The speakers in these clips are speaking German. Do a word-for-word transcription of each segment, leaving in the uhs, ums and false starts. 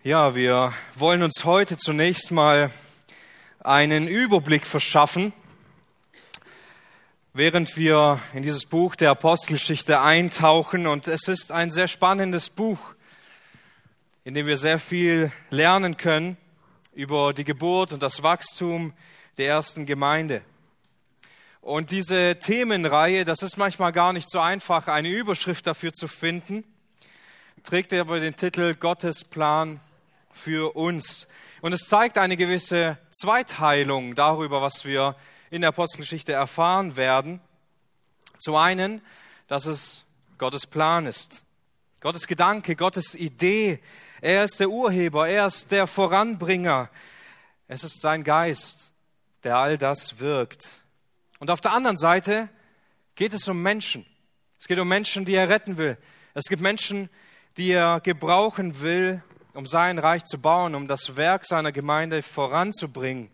Ja, wir wollen uns heute zunächst mal einen Überblick verschaffen, während wir in dieses Buch der Apostelgeschichte eintauchen. Und es ist ein sehr spannendes Buch, in dem wir sehr viel lernen können über die Geburt und das Wachstum der ersten Gemeinde. Und diese Themenreihe, das ist manchmal gar nicht so einfach, eine Überschrift dafür zu finden, trägt aber den Titel Gottes Plan für uns. Und es zeigt eine gewisse Zweiteilung darüber, was wir in der Apostelgeschichte erfahren werden. Zum einen, dass es Gottes Plan ist, Gottes Gedanke, Gottes Idee. Er ist der Urheber, er ist der Voranbringer. Es ist sein Geist, der all das wirkt. Und auf der anderen Seite geht es um Menschen. Es geht um Menschen, die er retten will. Es gibt Menschen, die er gebrauchen will, um sein Reich zu bauen, um das Werk seiner Gemeinde voranzubringen.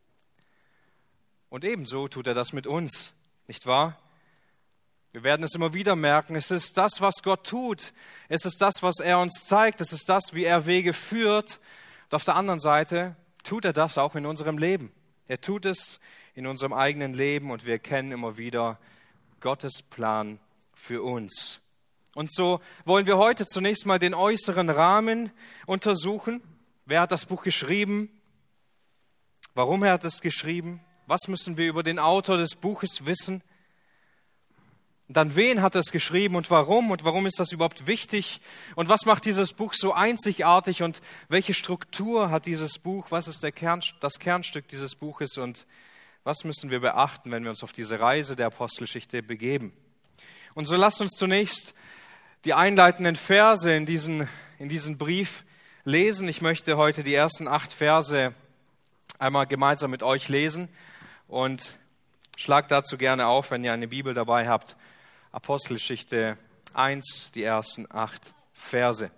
Und ebenso tut er das mit uns, nicht wahr? Wir werden es immer wieder merken, es ist das, was Gott tut, es ist das, was er uns zeigt, es ist das, wie er Wege führt. Und auf der anderen Seite tut er das auch in unserem Leben. Er tut es in unserem eigenen Leben und wir erkennen immer wieder Gottes Plan für uns. Und so wollen wir heute zunächst mal den äußeren Rahmen untersuchen. Wer hat das Buch geschrieben? Warum hat es geschrieben? Was müssen wir über den Autor des Buches wissen? Und dann, wen hat es geschrieben und warum? Und warum ist das überhaupt wichtig? Und was macht dieses Buch so einzigartig? Und welche Struktur hat dieses Buch? Was ist der Kern, das Kernstück dieses Buches? Und was müssen wir beachten, wenn wir uns auf diese Reise der Apostelgeschichte begeben? Und so lasst uns zunächst die einleitenden Verse in diesen, in diesen Brief lesen. Ich möchte heute die ersten acht Verse einmal gemeinsam mit euch lesen und schlagt dazu gerne auf, wenn ihr eine Bibel dabei habt. Apostelgeschichte eins, die ersten acht Verse.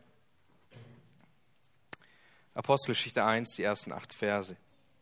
Apostelgeschichte eins, die ersten acht Verse.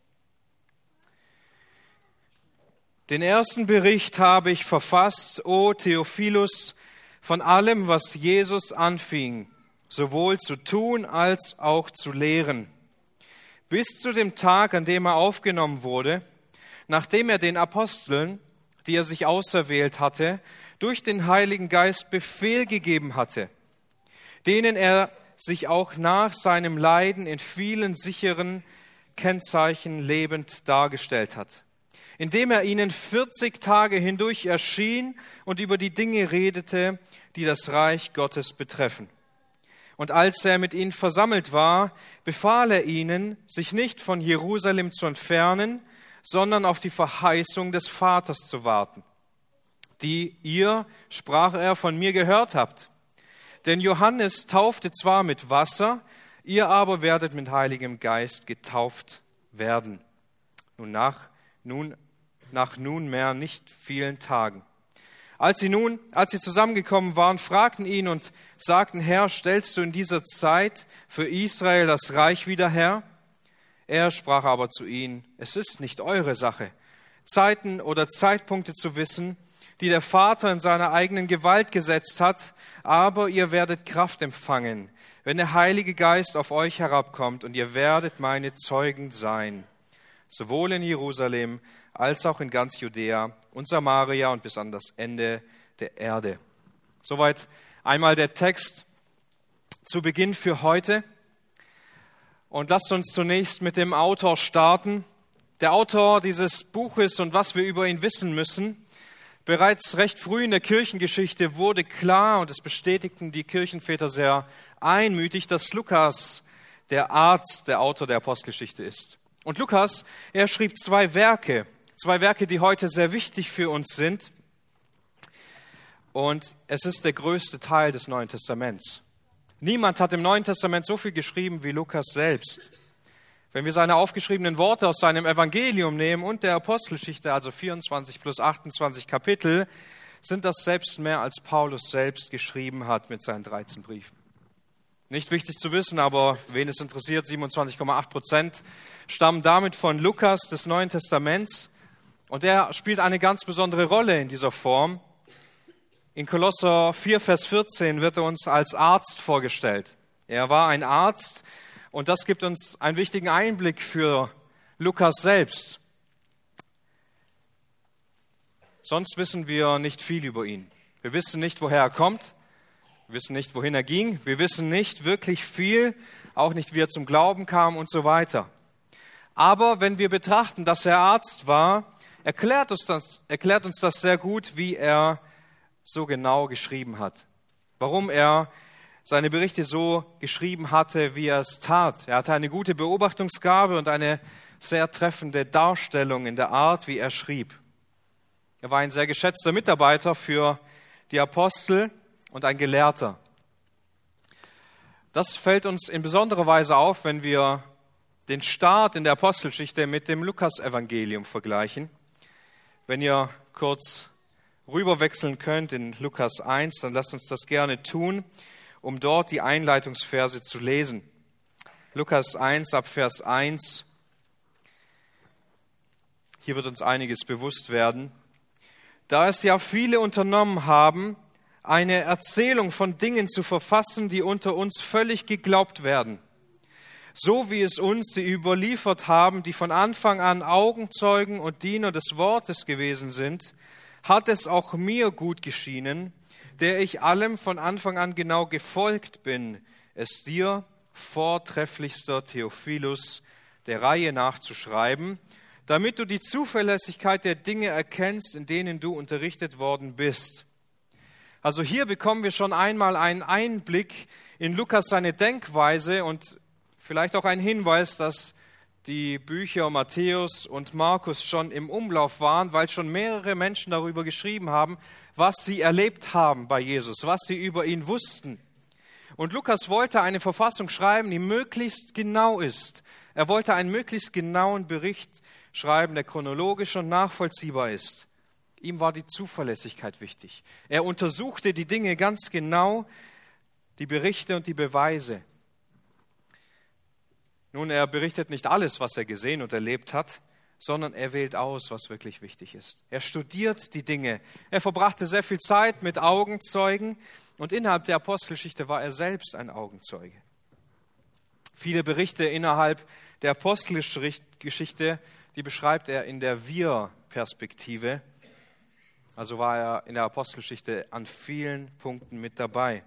Den ersten Bericht habe ich verfasst, o Theophilus, von allem, was Jesus anfing, sowohl zu tun als auch zu lehren, bis zu dem Tag, an dem er aufgenommen wurde, nachdem er den Aposteln, die er sich auserwählt hatte, durch den Heiligen Geist Befehl gegeben hatte, denen er sich auch nach seinem Leiden in vielen sicheren Kennzeichen lebend dargestellt hat, indem er ihnen vierzig Tage hindurch erschien und über die Dinge redete, die das Reich Gottes betreffen. Und als er mit ihnen versammelt war, befahl er ihnen, sich nicht von Jerusalem zu entfernen, sondern auf die Verheißung des Vaters zu warten, die ihr, sprach er, von mir gehört habt. Denn Johannes taufte zwar mit Wasser, ihr aber werdet mit Heiligem Geist getauft werden. Nun nach, nun nach nunmehr nicht vielen Tagen. Als sie nun, als sie zusammengekommen waren, fragten ihn und sagten, Herr, stellst du in dieser Zeit für Israel das Reich wieder her? Er sprach aber zu ihnen, es ist nicht eure Sache, Zeiten oder Zeitpunkte zu wissen, die der Vater in seiner eigenen Gewalt gesetzt hat, aber ihr werdet Kraft empfangen, wenn der Heilige Geist auf euch herabkommt und ihr werdet meine Zeugen sein, sowohl in Jerusalem als auch in ganz Judäa und Samaria und bis an das Ende der Erde. Soweit einmal der Text zu Beginn für heute. Und lasst uns zunächst mit dem Autor starten. Der Autor dieses Buches und was wir über ihn wissen müssen. Bereits recht früh in der Kirchengeschichte wurde klar, und es bestätigten die Kirchenväter sehr einmütig, dass Lukas der Arzt, der Autor der Apostelgeschichte ist. Und Lukas, er schrieb zwei Werke, zwei Werke, die heute sehr wichtig für uns sind. Und es ist der größte Teil des Neuen Testaments. Niemand hat im Neuen Testament so viel geschrieben wie Lukas selbst. Wenn wir seine aufgeschriebenen Worte aus seinem Evangelium nehmen und der Apostelgeschichte, also vierundzwanzig plus achtundzwanzig Kapitel, sind das selbst mehr, als Paulus selbst geschrieben hat mit seinen dreizehn Briefen. Nicht wichtig zu wissen, aber wen es interessiert, siebenundzwanzig Komma acht Prozent stammen damit von Lukas des Neuen Testaments. Und er spielt eine ganz besondere Rolle in dieser Form. In Kolosser vier, Vers vierzehn wird er uns als Arzt vorgestellt. Er war ein Arzt Und das gibt uns einen wichtigen Einblick für Lukas selbst. Sonst wissen wir nicht viel über ihn. Wir wissen nicht, woher er kommt. Wir wissen nicht, wohin er ging. Wir wissen nicht wirklich viel, auch nicht, wie er zum Glauben kam und so weiter. Aber wenn wir betrachten, dass er Arzt war, erklärt uns das, erklärt uns das sehr gut, wie er so genau geschrieben hat. Warum er seine Berichte so geschrieben hatte, wie er es tat. Er hatte eine gute Beobachtungsgabe und eine sehr treffende Darstellung in der Art, wie er schrieb. Er war ein sehr geschätzter Mitarbeiter für die Apostel und ein Gelehrter. Das fällt uns in besonderer Weise auf, wenn wir den Start in der Apostelgeschichte mit dem Lukas-Evangelium vergleichen. Wenn ihr kurz rüberwechseln könnt in Lukas eins, dann lasst uns das gerne tun, um dort die Einleitungsverse zu lesen. Lukas eins ab Vers eins. Hier wird uns einiges bewusst werden. Da es ja viele unternommen haben, eine Erzählung von Dingen zu verfassen, die unter uns völlig geglaubt werden, so wie es uns die überliefert haben, die von Anfang an Augenzeugen und Diener des Wortes gewesen sind, hat es auch mir gut geschienen, der ich allem von Anfang an genau gefolgt bin, es dir, vortrefflichster Theophilus, der Reihe nachzuschreiben, damit du die Zuverlässigkeit der Dinge erkennst, in denen du unterrichtet worden bist. Also hier bekommen wir schon einmal einen Einblick in Lukas seine Denkweise und vielleicht auch einen Hinweis, dass die Bücher Matthäus und Markus schon im Umlauf waren, weil schon mehrere Menschen darüber geschrieben haben, was sie erlebt haben bei Jesus, was sie über ihn wussten. Und Lukas wollte eine Verfassung schreiben, die möglichst genau ist. Er wollte einen möglichst genauen Bericht schreiben, der chronologisch und nachvollziehbar ist. Ihm war die Zuverlässigkeit wichtig. Er untersuchte die Dinge ganz genau, die Berichte und die Beweise. Nun, er berichtet nicht alles, was er gesehen und erlebt hat, sondern er wählt aus, was wirklich wichtig ist. Er studiert die Dinge. Er verbrachte sehr viel Zeit mit Augenzeugen und innerhalb der Apostelgeschichte war er selbst ein Augenzeuge. Viele Berichte innerhalb der Apostelgeschichte, die beschreibt er in der Wir-Perspektive. Also war er in der Apostelgeschichte an vielen Punkten mit dabei.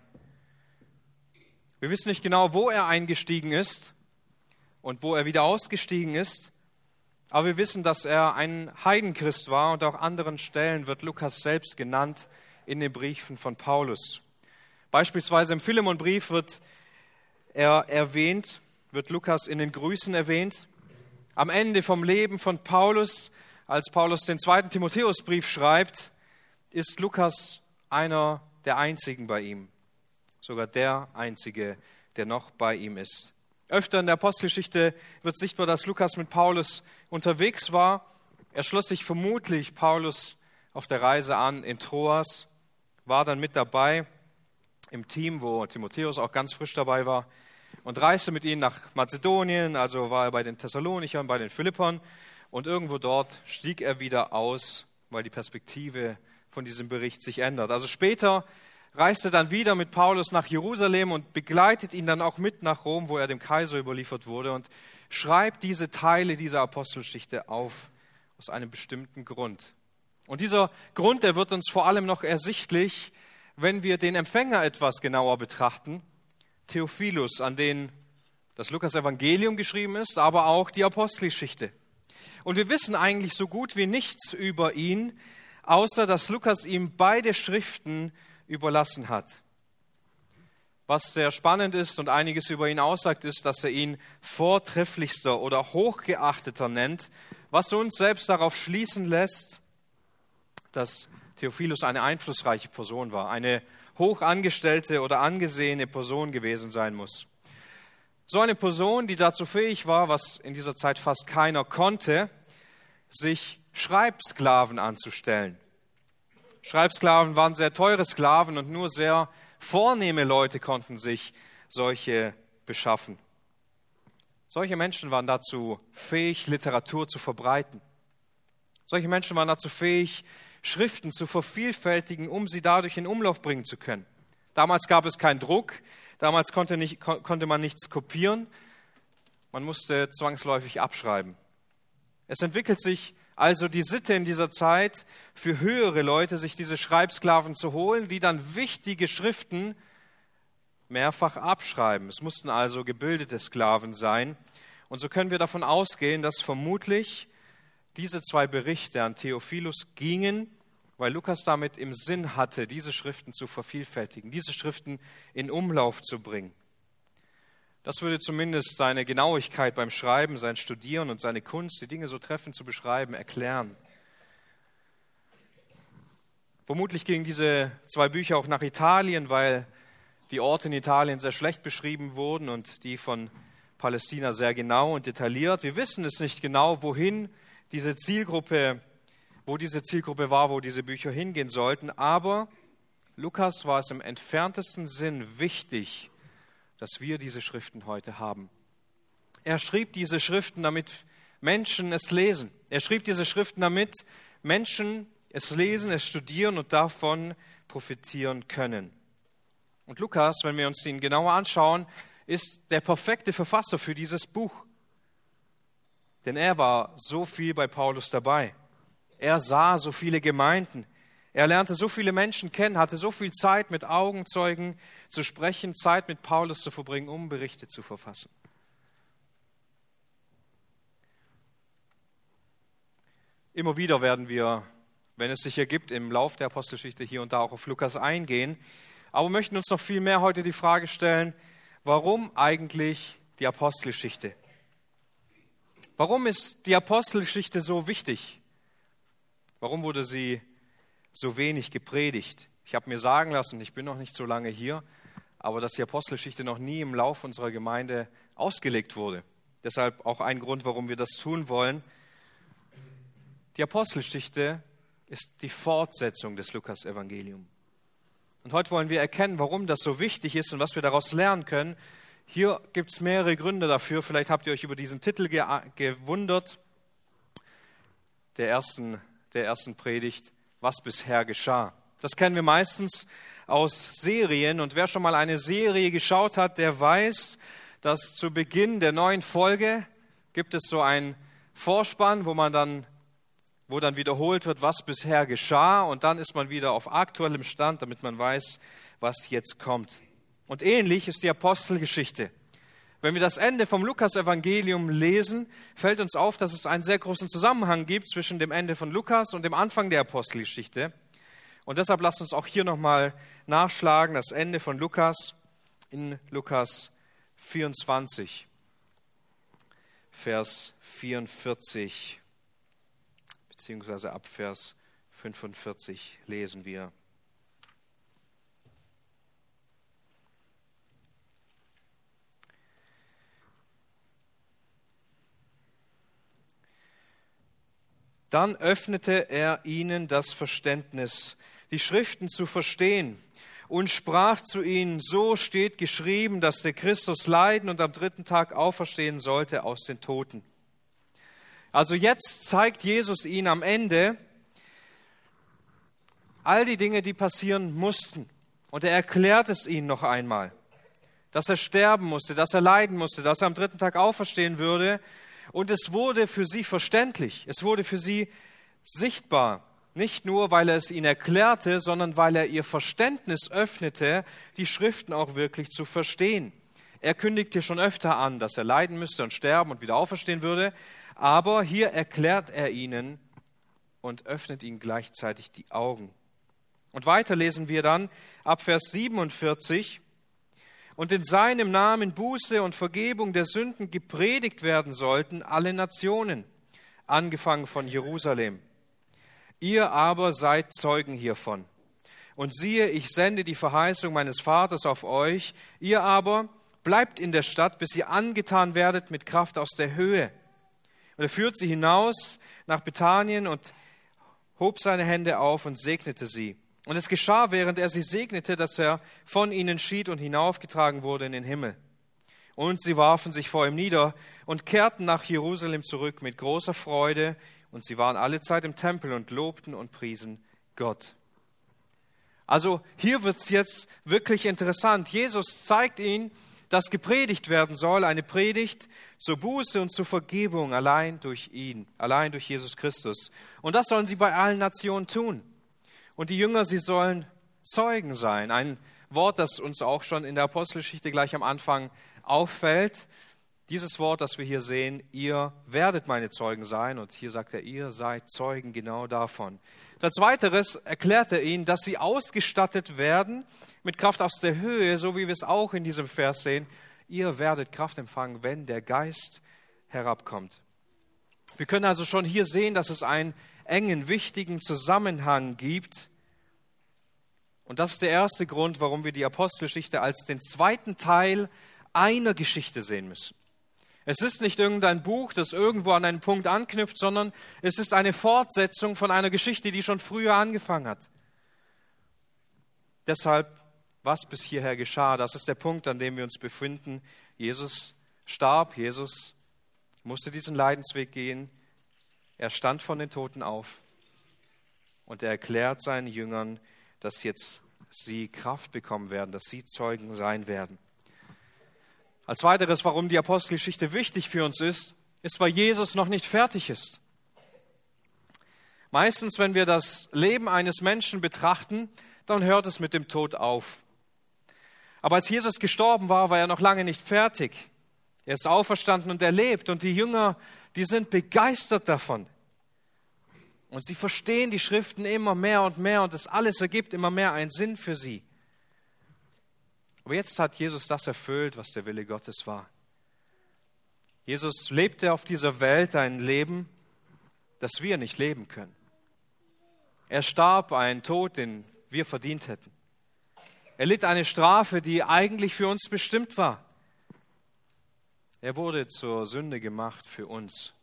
Wir wissen nicht genau, wo er eingestiegen ist und wo er wieder ausgestiegen ist. Aber wir wissen, dass er ein Heidenchrist war und auch an anderen Stellen wird Lukas selbst genannt in den Briefen von Paulus. Beispielsweise im Philemonbrief wird er erwähnt, wird Lukas in den Grüßen erwähnt. Am Ende vom Leben von Paulus, als Paulus den zweiten Timotheusbrief schreibt, ist Lukas einer der einzigen bei ihm. Sogar der einzige, der noch bei ihm ist. Öfter in der Apostelgeschichte wird sichtbar, dass Lukas mit Paulus unterwegs war. Er schloss sich vermutlich Paulus auf der Reise an in Troas, war dann mit dabei im Team, wo Timotheus auch ganz frisch dabei war und reiste mit ihnen nach Mazedonien, also war er bei den Thessalonichern, bei den Philippern und irgendwo dort stieg er wieder aus, weil die Perspektive von diesem Bericht sich ändert. Also später reiste dann wieder mit Paulus nach Jerusalem und begleitet ihn dann auch mit nach Rom, wo er dem Kaiser überliefert wurde und schreibt diese Teile dieser Apostelgeschichte auf, aus einem bestimmten Grund. Und dieser Grund, der wird uns vor allem noch ersichtlich, wenn wir den Empfänger etwas genauer betrachten, Theophilus, an den das Lukas-Evangelium geschrieben ist, aber auch die Apostelgeschichte. Und wir wissen eigentlich so gut wie nichts über ihn, außer dass Lukas ihm beide Schriften überlassen hat. Was sehr spannend ist und einiges über ihn aussagt, ist, dass er ihn vortrefflichster oder hochgeachteter nennt, was uns selbst darauf schließen lässt, dass Theophilus eine einflussreiche Person war, eine hochangestellte oder angesehene Person gewesen sein muss. So eine Person, die dazu fähig war, was in dieser Zeit fast keiner konnte, sich Schreibsklaven anzustellen. Schreibsklaven waren sehr teure Sklaven und nur sehr vornehme Leute konnten sich solche beschaffen. Solche Menschen waren dazu fähig, Literatur zu verbreiten. Solche Menschen waren dazu fähig, Schriften zu vervielfältigen, um sie dadurch in Umlauf bringen zu können. Damals gab es keinen Druck, damals konnte, nicht, konnte man nichts kopieren. man musste zwangsläufig abschreiben. Es entwickelt sich also die Sitte in dieser Zeit für höhere Leute, sich diese Schreibsklaven zu holen, die dann wichtige Schriften mehrfach abschreiben. Es mussten also gebildete Sklaven sein. Und so können wir davon ausgehen, dass vermutlich diese zwei Berichte an Theophilus gingen, weil Lukas damit im Sinn hatte, diese Schriften zu vervielfältigen, diese Schriften in Umlauf zu bringen. Das würde zumindest seine Genauigkeit beim Schreiben, sein Studieren und seine Kunst, die Dinge so treffend zu beschreiben, erklären. Vermutlich gingen diese zwei Bücher auch nach Italien, weil die Orte in Italien sehr schlecht beschrieben wurden und die von Palästina sehr genau und detailliert. Wir wissen es nicht genau, wohin diese Zielgruppe, wo diese Zielgruppe war, wo diese Bücher hingehen sollten, aber Lukas war es im entferntesten Sinn wichtig, dass wir diese Schriften heute haben. Er schrieb diese Schriften, damit Menschen es lesen. Er schrieb diese Schriften, damit Menschen es lesen, es studieren und davon profitieren können. Und Lukas, wenn wir uns ihn genauer anschauen, ist der perfekte Verfasser für dieses Buch. Denn er war so viel bei Paulus dabei. Er sah so viele Gemeinden. Er lernte so viele Menschen kennen, hatte so viel Zeit, mit Augenzeugen zu sprechen, Zeit mit Paulus zu verbringen, um Berichte zu verfassen. Immer wieder werden wir, wenn es sich ergibt, im Lauf der Apostelgeschichte hier und da auch auf Lukas eingehen, aber möchten uns noch viel mehr heute die Frage stellen, warum eigentlich die Apostelgeschichte? Warum ist die Apostelgeschichte so wichtig? Warum wurde sie so wenig gepredigt? Ich habe mir sagen lassen, ich bin noch nicht so lange hier, aber dass die Apostelgeschichte noch nie im Lauf unserer Gemeinde ausgelegt wurde. Deshalb auch ein Grund, warum wir das tun wollen. Die Apostelgeschichte ist die Fortsetzung des Lukas-Evangeliums. Und heute wollen wir erkennen, warum das so wichtig ist und was wir daraus lernen können. Hier gibt es mehrere Gründe dafür. Vielleicht habt ihr euch über diesen Titel ge- gewundert, der ersten, der ersten Predigt, was bisher geschah. Das kennen wir meistens aus Serien. Und wer schon mal eine Serie geschaut hat, der weiß, dass zu Beginn der neuen Folge gibt es so einen Vorspann, wo man dann wo dann wiederholt wird, was bisher geschah, und dann ist man wieder auf aktuellem Stand, damit man weiß, was jetzt kommt. Und ähnlich ist die Apostelgeschichte. Wenn wir das Ende vom Lukas-Evangelium lesen, fällt uns auf, dass es einen sehr großen Zusammenhang gibt zwischen dem Ende von Lukas und dem Anfang der Apostelgeschichte. Und deshalb lasst uns auch hier nochmal nachschlagen, das Ende von Lukas in Lukas vierundzwanzig, Vers vierundvierzig. Beziehungsweise ab Vers fünfundvierzig lesen wir. Dann öffnete er ihnen das Verständnis, die Schriften zu verstehen, und sprach zu ihnen: So steht geschrieben, dass der Christus leiden und am dritten Tag auferstehen sollte aus den Toten. Also jetzt zeigt Jesus ihnen am Ende all die Dinge, die passieren mussten. Und er erklärt es ihnen noch einmal, dass er sterben musste, dass er leiden musste, dass er am dritten Tag auferstehen würde. Und es wurde für sie verständlich, es wurde für sie sichtbar. Nicht nur, weil er es ihnen erklärte, sondern weil er ihr Verständnis öffnete, die Schriften auch wirklich zu verstehen. Er kündigte schon öfter an, dass er leiden müsste und sterben und wieder auferstehen würde. Aber hier erklärt er ihnen und öffnet ihnen gleichzeitig die Augen. Und weiter lesen wir dann ab Vers siebenundvierzig: Und in seinem Namen Buße und Vergebung der Sünden gepredigt werden sollten alle Nationen, angefangen von Jerusalem. Ihr aber seid Zeugen hiervon. Und siehe, ich sende die Verheißung meines Vaters auf euch. Ihr aber bleibt in der Stadt, bis ihr angetan werdet mit Kraft aus der Höhe. Und er führt sie hinaus nach Bethanien und hob seine Hände auf und segnete sie. Und es geschah, während er sie segnete, dass er von ihnen schied und hinaufgetragen wurde in den Himmel. Und sie warfen sich vor ihm nieder und kehrten nach Jerusalem zurück mit großer Freude. Und sie waren alle Zeit im Tempel und lobten und priesen Gott. Also hier wird es jetzt wirklich interessant. Jesus zeigt ihnen das gepredigt werden soll, eine Predigt zur Buße und zur Vergebung allein durch ihn, allein durch Jesus Christus. Und das sollen sie bei allen Nationen tun. Und die Jünger, sie sollen Zeugen sein. Ein Wort, das uns auch schon in der Apostelgeschichte gleich am Anfang auffällt. Dieses Wort, das wir hier sehen, ihr werdet meine Zeugen sein. Und hier sagt er, ihr seid Zeugen genau davon. Als Weiteres erklärt er ihnen, dass sie ausgestattet werden mit Kraft aus der Höhe, so wie wir es auch in diesem Vers sehen. Ihr werdet Kraft empfangen, wenn der Geist herabkommt. Wir können also schon hier sehen, dass es einen engen, wichtigen Zusammenhang gibt. Und das ist der erste Grund, warum wir die Apostelgeschichte als den zweiten Teil einer Geschichte sehen müssen. Es ist nicht irgendein Buch, das irgendwo an einen Punkt anknüpft, sondern es ist eine Fortsetzung von einer Geschichte, die schon früher angefangen hat. Deshalb, was bis hierher geschah, das ist der Punkt, an dem wir uns befinden. Jesus starb, Jesus musste diesen Leidensweg gehen. Er stand von den Toten auf und er erklärt seinen Jüngern, dass jetzt sie Kraft bekommen werden, dass sie Zeugen sein werden. Als weiteres, warum die Apostelgeschichte wichtig für uns ist, ist, weil Jesus noch nicht fertig ist. Meistens, wenn wir das Leben eines Menschen betrachten, dann hört es mit dem Tod auf. Aber als Jesus gestorben war, war er noch lange nicht fertig. Er ist auferstanden und er lebt. Und die Jünger, die sind begeistert davon. Und sie verstehen die Schriften immer mehr und mehr und das alles ergibt immer mehr einen Sinn für sie. Aber jetzt hat Jesus das erfüllt, was der Wille Gottes war. Jesus lebte auf dieser Welt ein Leben, das wir nicht leben können. Er starb einen Tod, den wir verdient hätten. Er litt eine Strafe, die eigentlich für uns bestimmt war. Er wurde zur Sünde gemacht für uns.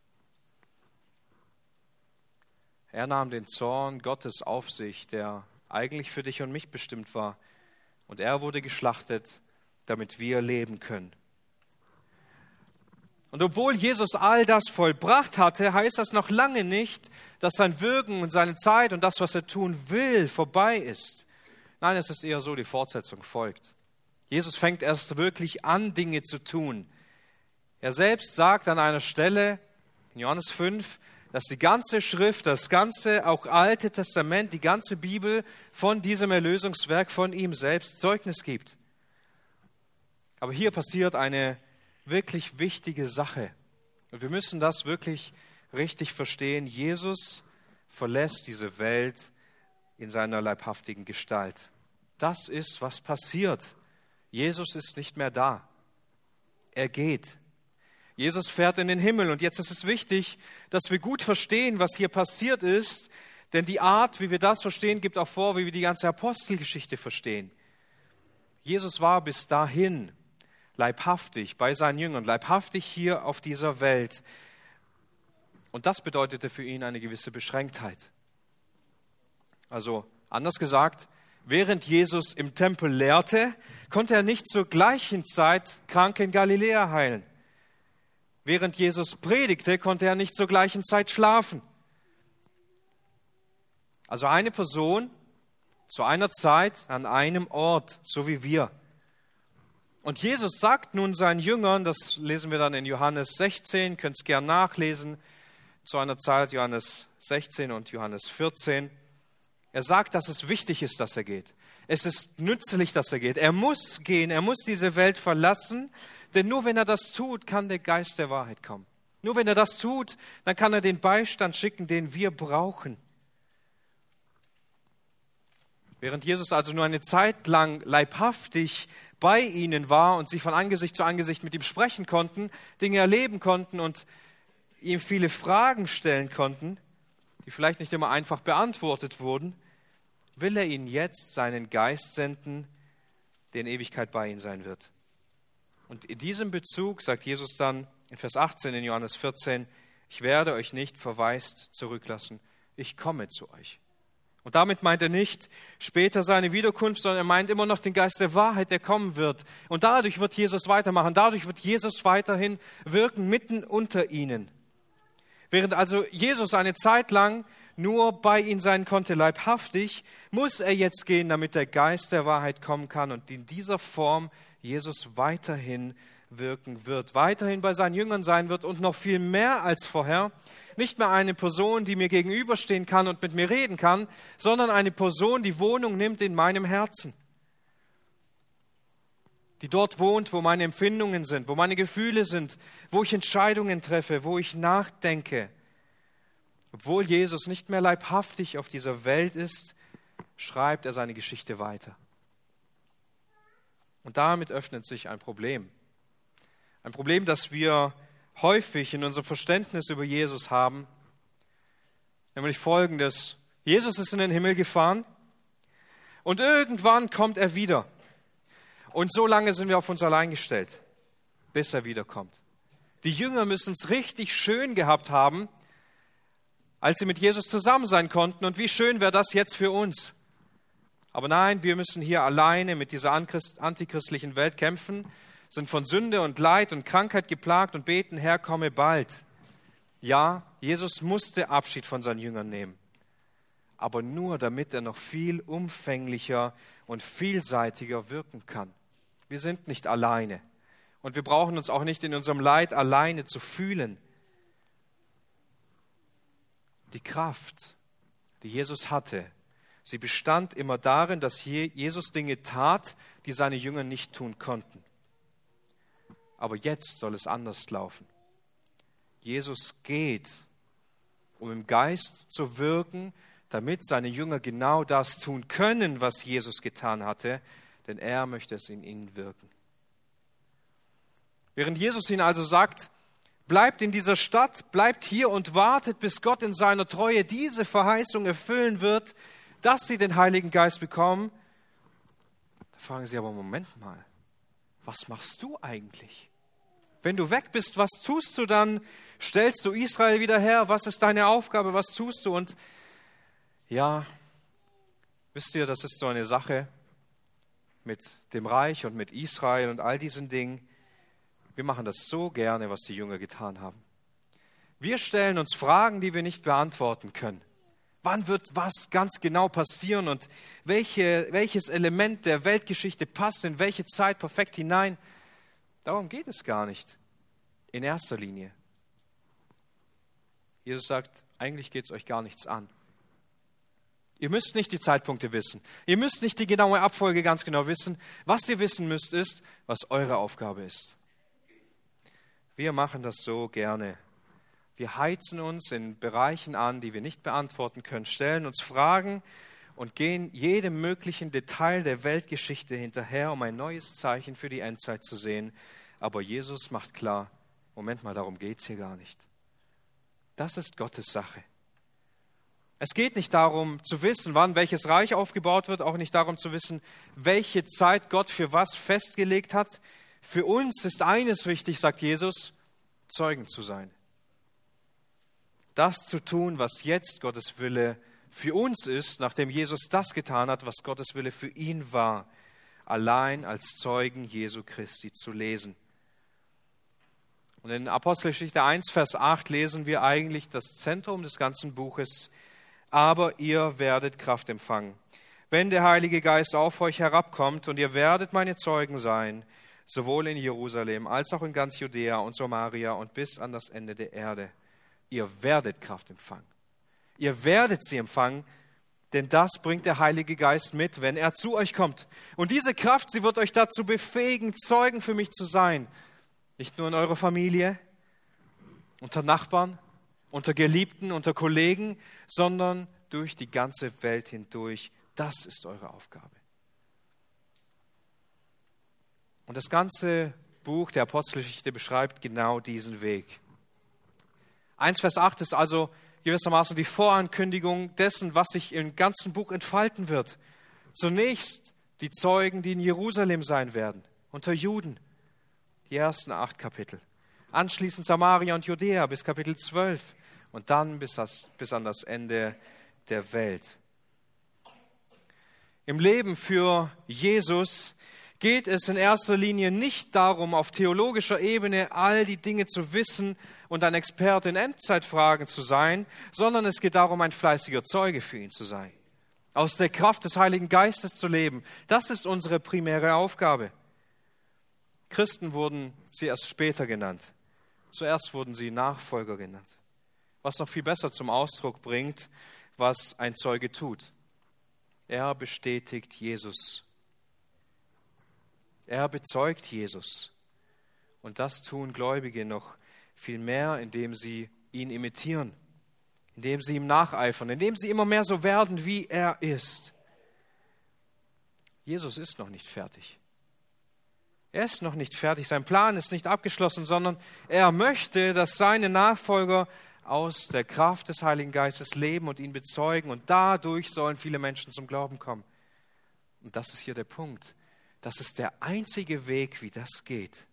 Er nahm den Zorn Gottes auf sich, der eigentlich für dich und mich bestimmt war. Und er wurde geschlachtet, damit wir leben können. Und obwohl Jesus all das vollbracht hatte, heißt das noch lange nicht, dass sein Wirken und seine Zeit und das, was er tun will, vorbei ist. Nein, es ist eher so, die Fortsetzung folgt. Jesus fängt erst wirklich an, Dinge zu tun. Er selbst sagt an einer Stelle, in Johannes fünf, dass die ganze Schrift, das ganze, auch Alte Testament, die ganze Bibel von diesem Erlösungswerk von ihm selbst Zeugnis gibt. Aber hier passiert eine wirklich wichtige Sache. Und wir müssen das wirklich richtig verstehen. Jesus verlässt diese Welt in seiner leibhaftigen Gestalt. Das ist, was passiert. Jesus ist nicht mehr da. Er geht. Jesus fährt in den Himmel und jetzt ist es wichtig, dass wir gut verstehen, was hier passiert ist, denn die Art, wie wir das verstehen, gibt auch vor, wie wir die ganze Apostelgeschichte verstehen. Jesus war bis dahin leibhaftig bei seinen Jüngern, leibhaftig hier auf dieser Welt. Und das bedeutete für ihn eine gewisse Beschränktheit. Also anders gesagt, während Jesus im Tempel lehrte, konnte er nicht zur gleichen Zeit Kranke in Galiläa heilen. Während Jesus predigte, konnte er nicht zur gleichen Zeit schlafen. Also eine Person zu einer Zeit an einem Ort, so wie wir. Und Jesus sagt nun seinen Jüngern, das lesen wir dann in Johannes sechzehn, könnt es gern nachlesen, zu einer Zeit Johannes sechzehn und Johannes vierzehn. Er sagt, dass es wichtig ist, dass er geht. Es ist nützlich, dass er geht. Er muss gehen, er muss diese Welt verlassen, denn nur wenn er das tut, kann der Geist der Wahrheit kommen. Nur wenn er das tut, dann kann er den Beistand schicken, den wir brauchen. Während Jesus also nur eine Zeit lang leibhaftig bei ihnen war und sie von Angesicht zu Angesicht mit ihm sprechen konnten, Dinge erleben konnten und ihm viele Fragen stellen konnten, die vielleicht nicht immer einfach beantwortet wurden, will er ihnen jetzt seinen Geist senden, der in Ewigkeit bei ihnen sein wird. Und in diesem Bezug sagt Jesus dann in Vers achtzehn in Johannes vierzehn, ich werde euch nicht verwaist zurücklassen, ich komme zu euch. Und damit meint er nicht später seine Wiederkunft, sondern er meint immer noch den Geist der Wahrheit, der kommen wird. Und dadurch wird Jesus weitermachen, dadurch wird Jesus weiterhin wirken mitten unter ihnen. Während also Jesus eine Zeit lang nur bei ihnen sein konnte, leibhaftig, muss er jetzt gehen, damit der Geist der Wahrheit kommen kann und in dieser Form Jesus weiterhin wirken wird, weiterhin bei seinen Jüngern sein wird und noch viel mehr als vorher. Nicht mehr eine Person, die mir gegenüberstehen kann und mit mir reden kann, sondern eine Person, die Wohnung nimmt in meinem Herzen. Die dort wohnt, wo meine Empfindungen sind, wo meine Gefühle sind, wo ich Entscheidungen treffe, wo ich nachdenke. Obwohl Jesus nicht mehr leibhaftig auf dieser Welt ist, schreibt er seine Geschichte weiter. Und damit öffnet sich ein Problem. Ein Problem, das wir häufig in unserem Verständnis über Jesus haben, nämlich folgendes: Jesus ist in den Himmel gefahren und irgendwann kommt er wieder. Und so lange sind wir auf uns allein gestellt, bis er wiederkommt. Die Jünger müssen es richtig schön gehabt haben, als sie mit Jesus zusammen sein konnten. Und wie schön wäre das jetzt für uns? Aber nein, wir müssen hier alleine mit dieser antichristlichen Welt kämpfen, sind von Sünde und Leid und Krankheit geplagt und beten, Herr, komme bald. Ja, Jesus musste Abschied von seinen Jüngern nehmen, aber nur damit er noch viel umfänglicher und vielseitiger wirken kann. Wir sind nicht alleine und wir brauchen uns auch nicht in unserem Leid alleine zu fühlen. Die Kraft, die Jesus hatte, sie bestand immer darin, dass Jesus Dinge tat, die seine Jünger nicht tun konnten. Aber jetzt soll es anders laufen. Jesus geht, um im Geist zu wirken, damit seine Jünger genau das tun können, was Jesus getan hatte, denn er möchte es in ihnen wirken. Während Jesus ihnen also sagt, bleibt in dieser Stadt, bleibt hier und wartet, bis Gott in seiner Treue diese Verheißung erfüllen wird, dass sie den Heiligen Geist bekommen, da fragen sie aber, Moment mal, was machst du eigentlich? Wenn du weg bist, was tust du dann? Stellst du Israel wieder her? Was ist deine Aufgabe? Was tust du? Und ja, wisst ihr, das ist so eine Sache mit dem Reich und mit Israel und all diesen Dingen. Wir machen das so gerne, was die Jünger getan haben. Wir stellen uns Fragen, die wir nicht beantworten können. Wann wird was ganz genau passieren und welche, welches Element der Weltgeschichte passt in welche Zeit perfekt hinein? Darum geht es gar nicht in erster Linie. Jesus sagt, eigentlich geht es euch gar nichts an. Ihr müsst nicht die Zeitpunkte wissen. Ihr müsst nicht die genaue Abfolge ganz genau wissen. Was ihr wissen müsst, ist, was eure Aufgabe ist. Wir machen das so gerne. Wir heizen uns in Bereichen an, die wir nicht beantworten können, stellen uns Fragen und gehen jedem möglichen Detail der Weltgeschichte hinterher, um ein neues Zeichen für die Endzeit zu sehen. Aber Jesus macht klar, Moment mal, darum geht es hier gar nicht. Das ist Gottes Sache. Es geht nicht darum zu wissen, wann welches Reich aufgebaut wird, auch nicht darum zu wissen, welche Zeit Gott für was festgelegt hat. Für uns ist eines wichtig, sagt Jesus, Zeugen zu sein. Das zu tun, was jetzt Gottes Wille für uns ist, nachdem Jesus das getan hat, was Gottes Wille für ihn war, allein als Zeugen Jesu Christi zu lesen. Und in Apostelgeschichte eins, Vers acht lesen wir eigentlich das Zentrum des ganzen Buches. Aber ihr werdet Kraft empfangen, wenn der Heilige Geist auf euch herabkommt, und ihr werdet meine Zeugen sein, sowohl in Jerusalem als auch in ganz Judäa und Samaria und bis an das Ende der Erde. Ihr werdet Kraft empfangen. Ihr werdet sie empfangen, denn das bringt der Heilige Geist mit, wenn er zu euch kommt. Und diese Kraft, sie wird euch dazu befähigen, Zeugen für mich zu sein. Nicht nur in eurer Familie, unter Nachbarn, unter Geliebten, unter Kollegen, sondern durch die ganze Welt hindurch. Das ist eure Aufgabe. Und das ganze Buch der Apostelgeschichte beschreibt genau diesen Weg. eins Vers acht ist also gewissermaßen die Vorankündigung dessen, was sich im ganzen Buch entfalten wird. Zunächst die Zeugen, die in Jerusalem sein werden, unter Juden, die ersten acht Kapitel. Anschließend Samaria und Judäa bis Kapitel zwölf und dann bis, das, bis an das Ende der Welt. Im Leben für Jesus geht es in erster Linie nicht darum, auf theologischer Ebene all die Dinge zu wissen und ein Experte in Endzeitfragen zu sein, sondern es geht darum, ein fleißiger Zeuge für ihn zu sein. Aus der Kraft des Heiligen Geistes zu leben, das ist unsere primäre Aufgabe. Christen wurden sie erst später genannt. Zuerst wurden sie Nachfolger genannt. Was noch viel besser zum Ausdruck bringt, was ein Zeuge tut. Er bestätigt Jesus. Er bezeugt Jesus. Und das tun Gläubige noch viel mehr, indem sie ihn imitieren, indem sie ihm nacheifern, indem sie immer mehr so werden, wie er ist. Jesus ist noch nicht fertig. Er ist noch nicht fertig. Sein Plan ist nicht abgeschlossen, sondern er möchte, dass seine Nachfolger aus der Kraft des Heiligen Geistes leben und ihn bezeugen. Und dadurch sollen viele Menschen zum Glauben kommen. Und das ist hier der Punkt. Das ist der einzige Weg, wie das geht.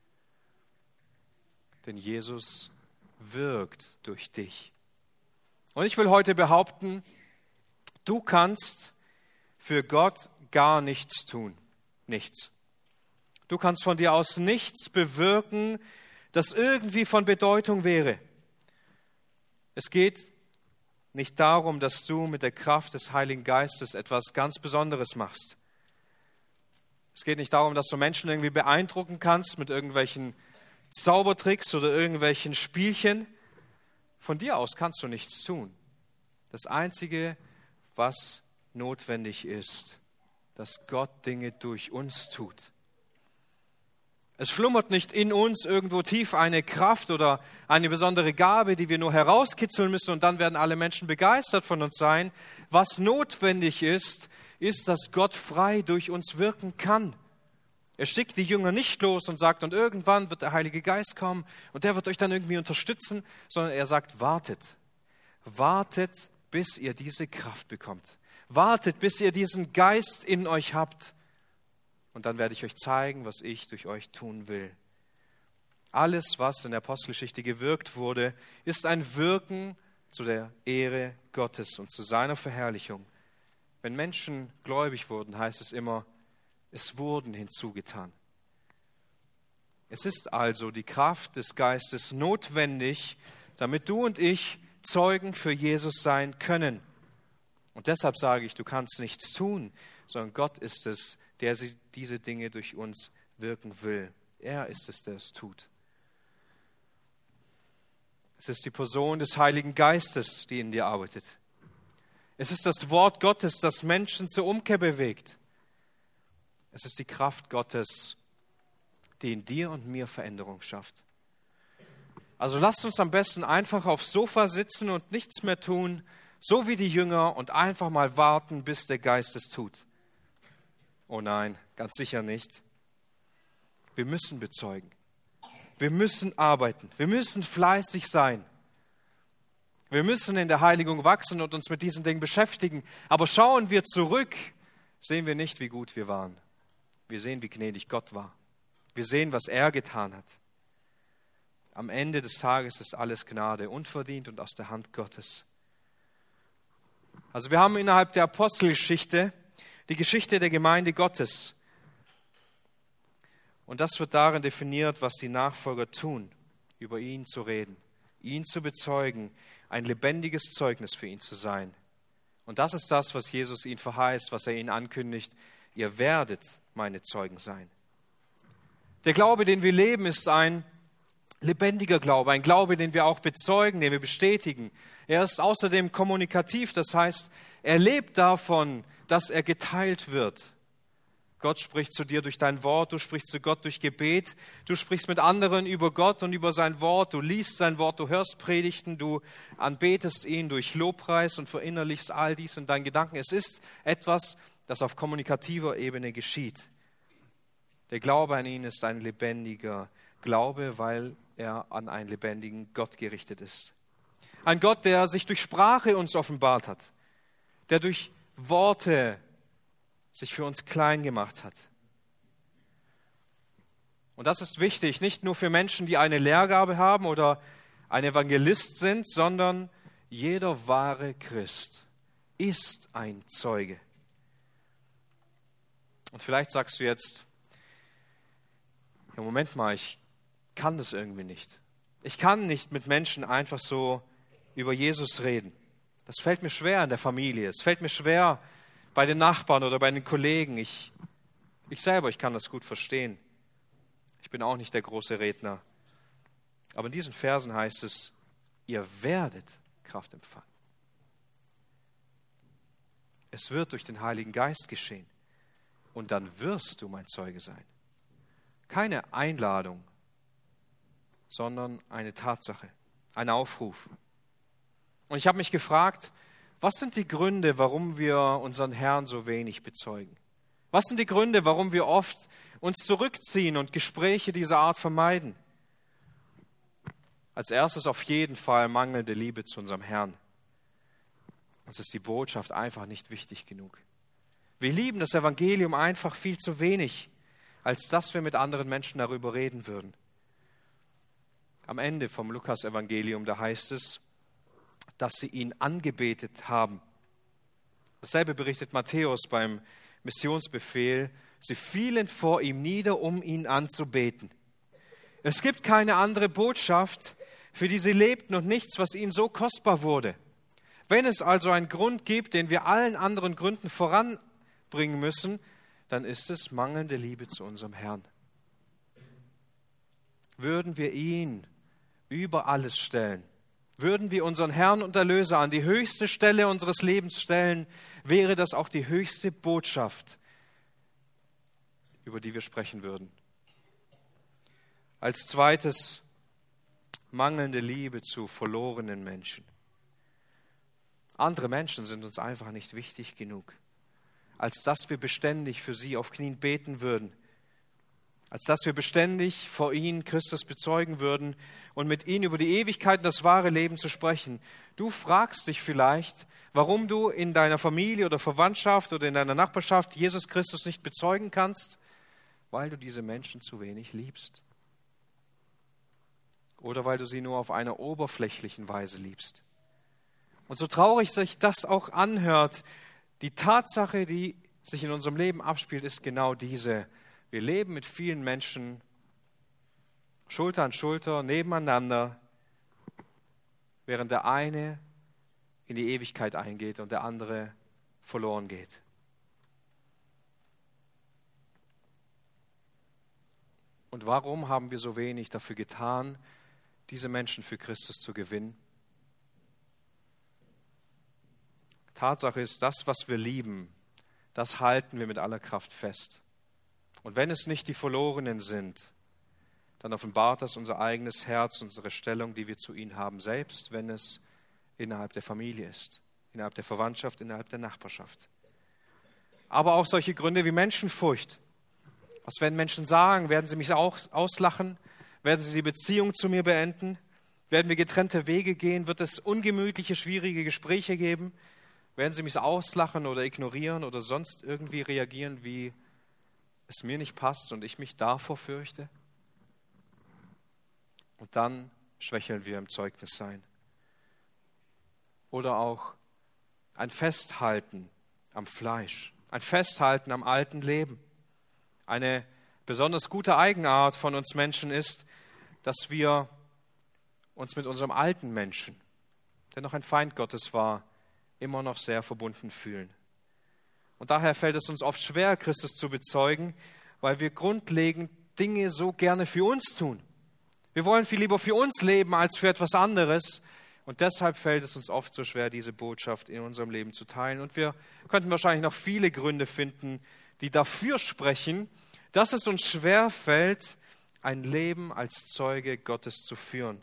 Denn Jesus wirkt durch dich. Und ich will heute behaupten, du kannst für Gott gar nichts tun. Nichts. Du kannst von dir aus nichts bewirken, das irgendwie von Bedeutung wäre. Es geht nicht darum, dass du mit der Kraft des Heiligen Geistes etwas ganz Besonderes machst. Es geht nicht darum, dass du Menschen irgendwie beeindrucken kannst mit irgendwelchen Zaubertricks oder irgendwelchen Spielchen. Von dir aus kannst du nichts tun. Das Einzige, was notwendig ist, dass Gott Dinge durch uns tut. Es schlummert nicht in uns irgendwo tief eine Kraft oder eine besondere Gabe, die wir nur herauskitzeln müssen und dann werden alle Menschen begeistert von uns sein. Was notwendig ist, ist, dass Gott frei durch uns wirken kann. Er schickt die Jünger nicht los und sagt, und irgendwann wird der Heilige Geist kommen und der wird euch dann irgendwie unterstützen, sondern er sagt, wartet. Wartet, bis ihr diese Kraft bekommt. Wartet, bis ihr diesen Geist in euch habt. Und dann werde ich euch zeigen, was ich durch euch tun will. Alles, was in der Apostelgeschichte gewirkt wurde, ist ein Wirken zu der Ehre Gottes und zu seiner Verherrlichung. Wenn Menschen gläubig wurden, heißt es immer, es wurden hinzugetan. Es ist also die Kraft des Geistes notwendig, damit du und ich Zeugen für Jesus sein können. Und deshalb sage ich, du kannst nichts tun, sondern Gott ist es, der diese Dinge durch uns wirken will. Er ist es, der es tut. Es ist die Person des Heiligen Geistes, die in dir arbeitet. Es ist das Wort Gottes, das Menschen zur Umkehr bewegt. Es ist die Kraft Gottes, die in dir und mir Veränderung schafft. Also lasst uns am besten einfach aufs Sofa sitzen und nichts mehr tun, so wie die Jünger, und einfach mal warten, bis der Geist es tut. Oh nein, ganz sicher nicht. Wir müssen bezeugen. Wir müssen arbeiten. Wir müssen fleißig sein. Wir müssen in der Heiligung wachsen und uns mit diesen Dingen beschäftigen. Aber schauen wir zurück, sehen wir nicht, wie gut wir waren. Wir sehen, wie gnädig Gott war. Wir sehen, was er getan hat. Am Ende des Tages ist alles Gnade, unverdient und aus der Hand Gottes. Also wir haben innerhalb der Apostelgeschichte die Geschichte der Gemeinde Gottes. Und das wird darin definiert, was die Nachfolger tun, über ihn zu reden, ihn zu bezeugen, ein lebendiges Zeugnis für ihn zu sein. Und das ist das, was Jesus ihnen verheißt, was er ihnen ankündigt. Ihr werdet meine Zeugen sein. Der Glaube, den wir leben, ist ein lebendiger Glaube, ein Glaube, den wir auch bezeugen, den wir bestätigen. Er ist außerdem kommunikativ, das heißt, er lebt davon, dass er geteilt wird. Gott spricht zu dir durch dein Wort, du sprichst zu Gott durch Gebet, du sprichst mit anderen über Gott und über sein Wort, du liest sein Wort, du hörst Predigten, du anbetest ihn durch Lobpreis und verinnerlichst all dies in deinen Gedanken. Es ist etwas, das auf kommunikativer Ebene geschieht. Der Glaube an ihn ist ein lebendiger Glaube, weil er an einen lebendigen Gott gerichtet ist. Ein Gott, der sich durch Sprache uns offenbart hat, der durch Worte sich für uns klein gemacht hat. Und das ist wichtig, nicht nur für Menschen, die eine Lehrgabe haben oder ein Evangelist sind, sondern jeder wahre Christ ist ein Zeuge. Und vielleicht sagst du jetzt, ja, Moment mal, ich kann das irgendwie nicht. Ich kann nicht mit Menschen einfach so über Jesus reden. Das fällt mir schwer in der Familie. Es fällt mir schwer bei den Nachbarn oder bei den Kollegen. Ich, ich selber, ich kann das gut verstehen. Ich bin auch nicht der große Redner. Aber in diesen Versen heißt es, ihr werdet Kraft empfangen. Es wird durch den Heiligen Geist geschehen. Und dann wirst du mein Zeuge sein. Keine Einladung, sondern eine Tatsache, ein Aufruf. Und ich habe mich gefragt, was sind die Gründe, warum wir unseren Herrn so wenig bezeugen? Was sind die Gründe, warum wir oft uns zurückziehen und Gespräche dieser Art vermeiden? Als erstes auf jeden Fall mangelnde Liebe zu unserem Herrn. Uns ist die Botschaft einfach nicht wichtig genug. Wir lieben das Evangelium einfach viel zu wenig, als dass wir mit anderen Menschen darüber reden würden. Am Ende vom Lukas-Evangelium, da heißt es, dass sie ihn angebetet haben. Dasselbe berichtet Matthäus beim Missionsbefehl. Sie fielen vor ihm nieder, um ihn anzubeten. Es gibt keine andere Botschaft, für die sie lebten und nichts, was ihnen so kostbar wurde. Wenn es also einen Grund gibt, den wir allen anderen Gründen voranbringen müssen, dann ist es mangelnde Liebe zu unserem Herrn. Würden wir ihn über alles stellen, würden wir unseren Herrn und Erlöser an die höchste Stelle unseres Lebens stellen, wäre das auch die höchste Botschaft, über die wir sprechen würden. Als zweites, mangelnde Liebe zu verlorenen Menschen. Andere Menschen sind uns einfach nicht wichtig genug, als dass wir beständig für sie auf Knien beten würden, als dass wir beständig vor ihnen Christus bezeugen würden und mit ihnen über die Ewigkeit und das wahre Leben zu sprechen. Du fragst dich vielleicht, warum du in deiner Familie oder Verwandtschaft oder in deiner Nachbarschaft Jesus Christus nicht bezeugen kannst, weil du diese Menschen zu wenig liebst. Oder weil du sie nur auf einer oberflächlichen Weise liebst. Und so traurig sich das auch anhört, die Tatsache, die sich in unserem Leben abspielt, ist genau diese. Wir leben mit vielen Menschen Schulter an Schulter, nebeneinander, während der eine in die Ewigkeit eingeht und der andere verloren geht. Und warum haben wir so wenig dafür getan, diese Menschen für Christus zu gewinnen? Tatsache ist, das, was wir lieben, das halten wir mit aller Kraft fest. Und wenn es nicht die Verlorenen sind, dann offenbart das unser eigenes Herz, unsere Stellung, die wir zu ihnen haben, selbst wenn es innerhalb der Familie ist, innerhalb der Verwandtschaft, innerhalb der Nachbarschaft. Aber auch solche Gründe wie Menschenfurcht. Was werden Menschen sagen? Werden sie mich auch auslachen? Werden sie die Beziehung zu mir beenden? Werden wir getrennte Wege gehen? Wird es ungemütliche, schwierige Gespräche geben? Werden sie mich auslachen oder ignorieren oder sonst irgendwie reagieren, wie es mir nicht passt und ich mich davor fürchte? Und dann schwächeln wir im Zeugnissein. Oder auch ein Festhalten am Fleisch, ein Festhalten am alten Leben. Eine besonders gute Eigenart von uns Menschen ist, dass wir uns mit unserem alten Menschen, der noch ein Feind Gottes war, immer noch sehr verbunden fühlen. Und daher fällt es uns oft schwer, Christus zu bezeugen, weil wir grundlegend Dinge so gerne für uns tun. Wir wollen viel lieber für uns leben als für etwas anderes. Und deshalb fällt es uns oft so schwer, diese Botschaft in unserem Leben zu teilen. Und wir könnten wahrscheinlich noch viele Gründe finden, die dafür sprechen, dass es uns schwer fällt, ein Leben als Zeuge Gottes zu führen.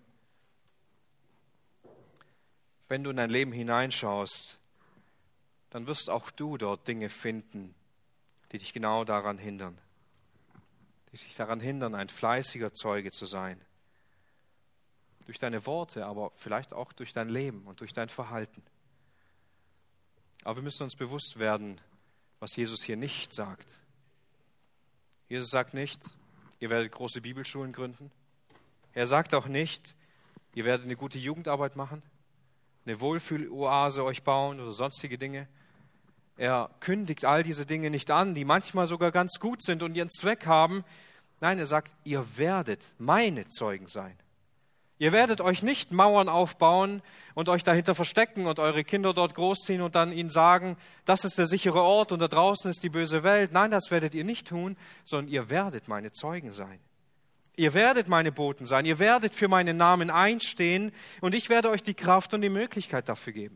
Wenn du in dein Leben hineinschaust, dann wirst auch du dort Dinge finden, die dich genau daran hindern. Die dich daran hindern, ein fleißiger Zeuge zu sein. Durch deine Worte, aber vielleicht auch durch dein Leben und durch dein Verhalten. Aber wir müssen uns bewusst werden, was Jesus hier nicht sagt. Jesus sagt nicht, ihr werdet große Bibelschulen gründen. Er sagt auch nicht, ihr werdet eine gute Jugendarbeit machen, eine Wohlfühloase euch bauen oder sonstige Dinge. Er kündigt all diese Dinge nicht an, die manchmal sogar ganz gut sind und ihren Zweck haben. Nein, er sagt, ihr werdet meine Zeugen sein. Ihr werdet euch nicht Mauern aufbauen und euch dahinter verstecken und eure Kinder dort großziehen und dann ihnen sagen, das ist der sichere Ort und da draußen ist die böse Welt. Nein, das werdet ihr nicht tun, sondern ihr werdet meine Zeugen sein. Ihr werdet meine Boten sein, ihr werdet für meinen Namen einstehen und ich werde euch die Kraft und die Möglichkeit dafür geben.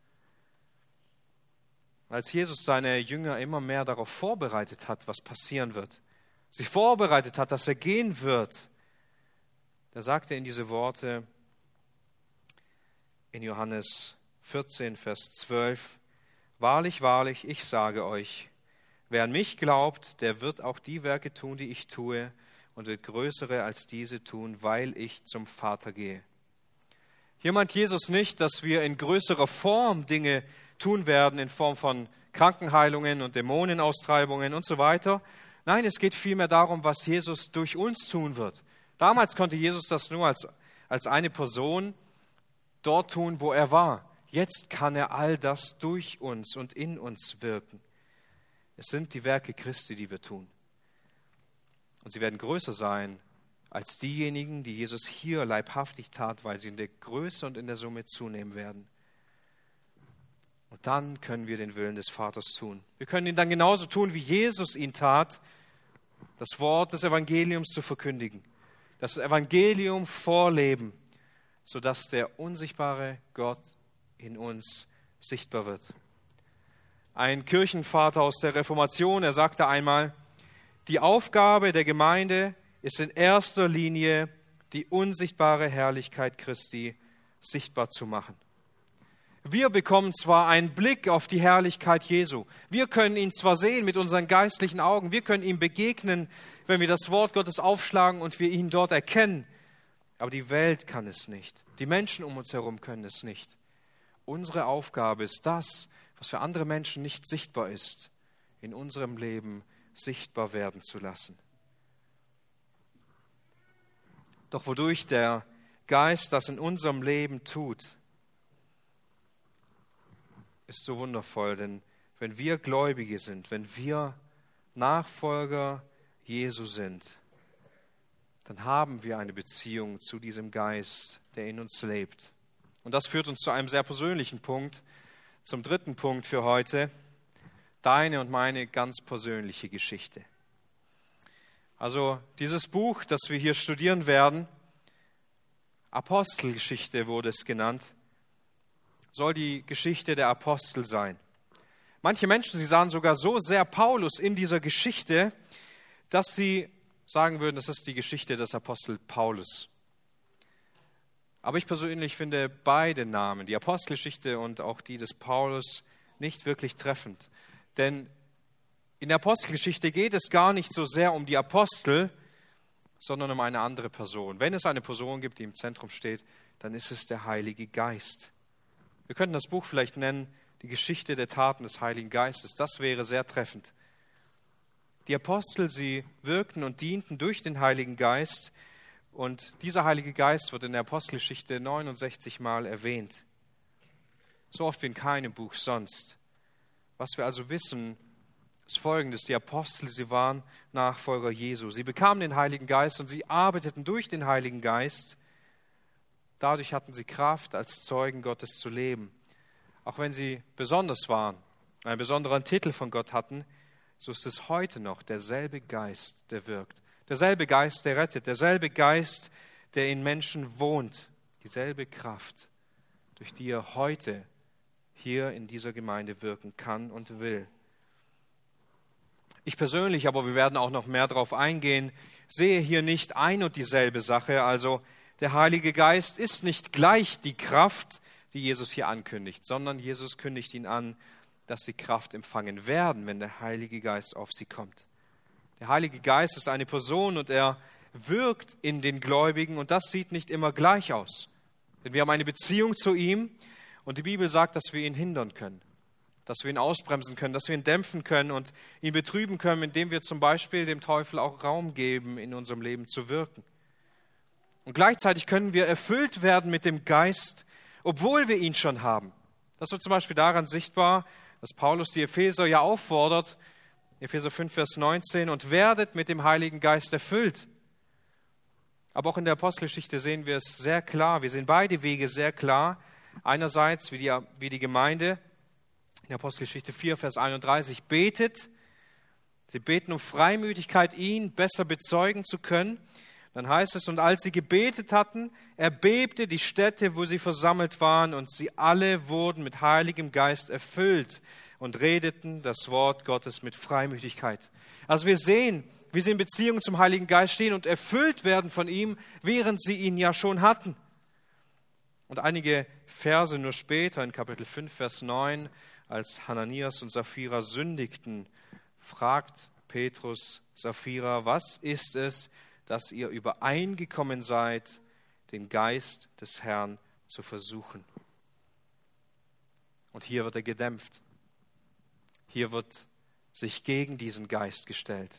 Als Jesus seine Jünger immer mehr darauf vorbereitet hat, was passieren wird, sie vorbereitet hat, dass er gehen wird, da sagt er in diese Worte in Johannes vierzehn, Vers zwölf, wahrlich, wahrlich, ich sage euch, wer an mich glaubt, der wird auch die Werke tun, die ich tue, und wird größere als diese tun, weil ich zum Vater gehe. Hier meint Jesus nicht, dass wir in größerer Form Dinge tun werden, in Form von Krankenheilungen und Dämonenaustreibungen und so weiter. Nein, es geht vielmehr darum, was Jesus durch uns tun wird. Damals konnte Jesus das nur als, als eine Person dort tun, wo er war. Jetzt kann er all das durch uns und in uns wirken. Es sind die Werke Christi, die wir tun. Und sie werden größer sein als diejenigen, die Jesus hier leibhaftig tat, weil sie in der Größe und in der Summe zunehmen werden. Und dann können wir den Willen des Vaters tun. Wir können ihn dann genauso tun, wie Jesus ihn tat, das Wort des Evangeliums zu verkündigen, das Evangelium vorleben, sodass der unsichtbare Gott in uns sichtbar wird. Ein Kirchenvater aus der Reformation, er sagte einmal, die Aufgabe der Gemeinde ist in erster Linie, die unsichtbare Herrlichkeit Christi sichtbar zu machen. Wir bekommen zwar einen Blick auf die Herrlichkeit Jesu. Wir können ihn zwar sehen mit unseren geistlichen Augen. Wir können ihm begegnen, wenn wir das Wort Gottes aufschlagen und wir ihn dort erkennen. Aber die Welt kann es nicht. Die Menschen um uns herum können es nicht. Unsere Aufgabe ist das, was für andere Menschen nicht sichtbar ist, in unserem Leben sichtbar werden zu lassen. Doch wodurch der Geist das in unserem Leben tut, ist so wundervoll, denn wenn wir Gläubige sind, wenn wir Nachfolger Jesu sind, dann haben wir eine Beziehung zu diesem Geist, der in uns lebt. Und das führt uns zu einem sehr persönlichen Punkt, zum dritten Punkt für heute, deine und meine ganz persönliche Geschichte. Also dieses Buch, das wir hier studieren werden, Apostelgeschichte wurde es genannt, soll die Geschichte der Apostel sein. Manche Menschen, sie sahen sogar so sehr Paulus in dieser Geschichte, dass sie sagen würden, das ist die Geschichte des Apostel Paulus. Aber ich persönlich finde beide Namen, die Apostelgeschichte und auch die des Paulus, nicht wirklich treffend. Denn in der Apostelgeschichte geht es gar nicht so sehr um die Apostel, sondern um eine andere Person. Wenn es eine Person gibt, die im Zentrum steht, dann ist es der Heilige Geist. Wir könnten das Buch vielleicht nennen, die Geschichte der Taten des Heiligen Geistes. Das wäre sehr treffend. Die Apostel, sie wirkten und dienten durch den Heiligen Geist. Und dieser Heilige Geist wird in der Apostelgeschichte neunundsechzig Mal erwähnt. So oft wie in keinem Buch sonst. Was wir also wissen, ist Folgendes. Die Apostel, sie waren Nachfolger Jesu. Sie bekamen den Heiligen Geist und sie arbeiteten durch den Heiligen Geist. Dadurch hatten sie Kraft, als Zeugen Gottes zu leben. Auch wenn sie besonders waren, einen besonderen Titel von Gott hatten, so ist es heute noch derselbe Geist, der wirkt. Derselbe Geist, der rettet. Derselbe Geist, der in Menschen wohnt. Dieselbe Kraft, durch die er heute hier in dieser Gemeinde wirken kann und will. Ich persönlich, aber wir werden auch noch mehr darauf eingehen, sehe hier nicht ein und dieselbe Sache. Also der Heilige Geist ist nicht gleich die Kraft, die Jesus hier ankündigt, sondern Jesus kündigt ihn an, dass sie Kraft empfangen werden, wenn der Heilige Geist auf sie kommt. Der Heilige Geist ist eine Person und er wirkt in den Gläubigen und das sieht nicht immer gleich aus. Denn wir haben eine Beziehung zu ihm und die Bibel sagt, dass wir ihn hindern können, dass wir ihn ausbremsen können, dass wir ihn dämpfen können und ihn betrüben können, indem wir zum Beispiel dem Teufel auch Raum geben, in unserem Leben zu wirken. Und gleichzeitig können wir erfüllt werden mit dem Geist, obwohl wir ihn schon haben. Das wird zum Beispiel daran sichtbar, dass Paulus die Epheser ja auffordert, Epheser fünf, Vers neunzehn, und werdet mit dem Heiligen Geist erfüllt. Aber auch in der Apostelgeschichte sehen wir es sehr klar. Wir sehen beide Wege sehr klar. Einerseits, wie die, wie die Gemeinde in der Apostelgeschichte vier, Vers einunddreißig betet. Sie beten um Freimütigkeit, ihn besser bezeugen zu können. Dann heißt es, und als sie gebetet hatten, erbebte die Stätte, wo sie versammelt waren, und sie alle wurden mit Heiligem Geist erfüllt und redeten das Wort Gottes mit Freimütigkeit. Also wir sehen, wie sie in Beziehung zum Heiligen Geist stehen und erfüllt werden von ihm, während sie ihn ja schon hatten. Und einige Verse nur später, in Kapitel fünf, Vers neun, als Hananias und Sapphira sündigten, fragt Petrus Sapphira, was ist es, dass ihr übereingekommen seid, den Geist des Herrn zu versuchen? Und hier wird er gedämpft. Hier wird sich gegen diesen Geist gestellt.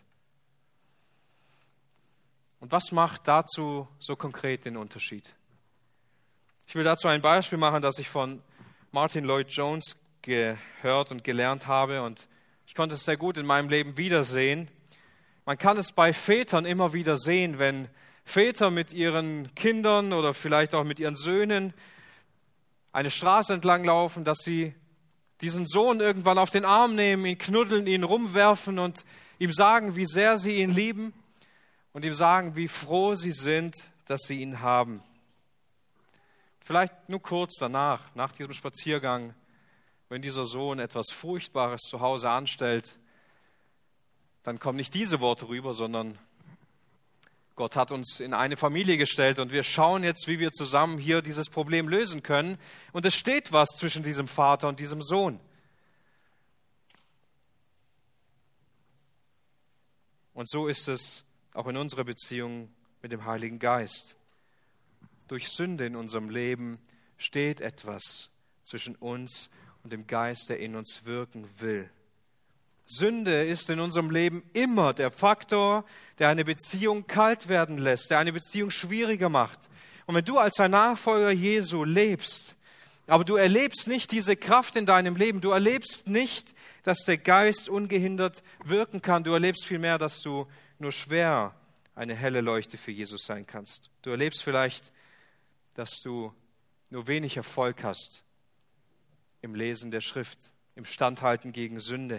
Und was macht dazu so konkret den Unterschied? Ich will dazu ein Beispiel machen, das ich von Martin Lloyd-Jones gehört und gelernt habe, und ich konnte es sehr gut in meinem Leben wiedersehen. Man kann es bei Vätern immer wieder sehen, wenn Väter mit ihren Kindern oder vielleicht auch mit ihren Söhnen eine Straße entlang laufen, dass sie diesen Sohn irgendwann auf den Arm nehmen, ihn knuddeln, ihn rumwerfen und ihm sagen, wie sehr sie ihn lieben und ihm sagen, wie froh sie sind, dass sie ihn haben. Vielleicht nur kurz danach, nach diesem Spaziergang, wenn dieser Sohn etwas Furchtbares zu Hause anstellt, dann kommen nicht diese Worte rüber, sondern Gott hat uns in eine Familie gestellt und wir schauen jetzt, wie wir zusammen hier dieses Problem lösen können. Und es steht was zwischen diesem Vater und diesem Sohn. Und so ist es auch in unserer Beziehung mit dem Heiligen Geist. Durch Sünde in unserem Leben steht etwas zwischen uns und dem Geist, der in uns wirken will. Sünde ist in unserem Leben immer der Faktor, der eine Beziehung kalt werden lässt, der eine Beziehung schwieriger macht. Und wenn du als ein Nachfolger Jesu lebst, aber du erlebst nicht diese Kraft in deinem Leben, du erlebst nicht, dass der Geist ungehindert wirken kann, du erlebst vielmehr, dass du nur schwer eine helle Leuchte für Jesus sein kannst. Du erlebst vielleicht, dass du nur wenig Erfolg hast im Lesen der Schrift, im Standhalten gegen Sünde.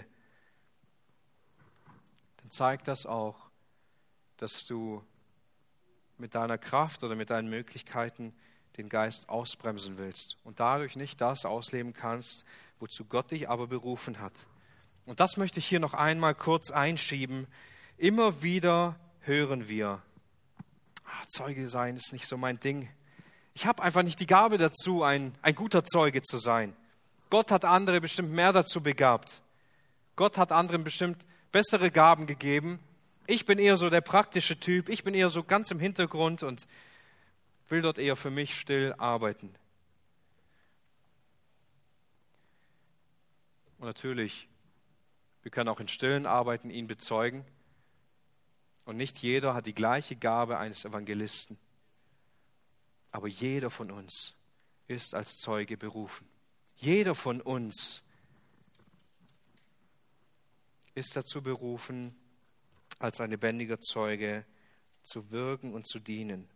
Dann zeigt das auch, dass du mit deiner Kraft oder mit deinen Möglichkeiten den Geist ausbremsen willst und dadurch nicht das ausleben kannst, wozu Gott dich aber berufen hat. Und das möchte ich hier noch einmal kurz einschieben. Immer wieder hören wir, ach, Zeuge sein ist nicht so mein Ding. Ich habe einfach nicht die Gabe dazu, ein, ein guter Zeuge zu sein. Gott hat andere bestimmt mehr dazu begabt. Gott hat anderen bestimmt bessere Gaben gegeben. Ich bin eher so der praktische Typ. Ich bin eher so ganz im Hintergrund und will dort eher für mich still arbeiten. Und natürlich, wir können auch in Stillen arbeiten, ihn bezeugen. Und nicht jeder hat die gleiche Gabe eines Evangelisten. Aber jeder von uns ist als Zeuge berufen. Jeder von uns ist dazu berufen, als ein lebendiger Zeuge zu wirken und zu dienen.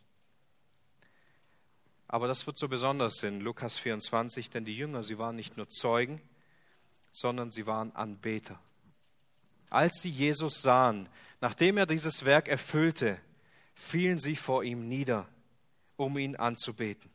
Aber das wird so besonders in Lukas vierundzwanzig, denn die Jünger, sie waren nicht nur Zeugen, sondern sie waren Anbeter. Als sie Jesus sahen, nachdem er dieses Werk erfüllte, fielen sie vor ihm nieder, um ihn anzubeten.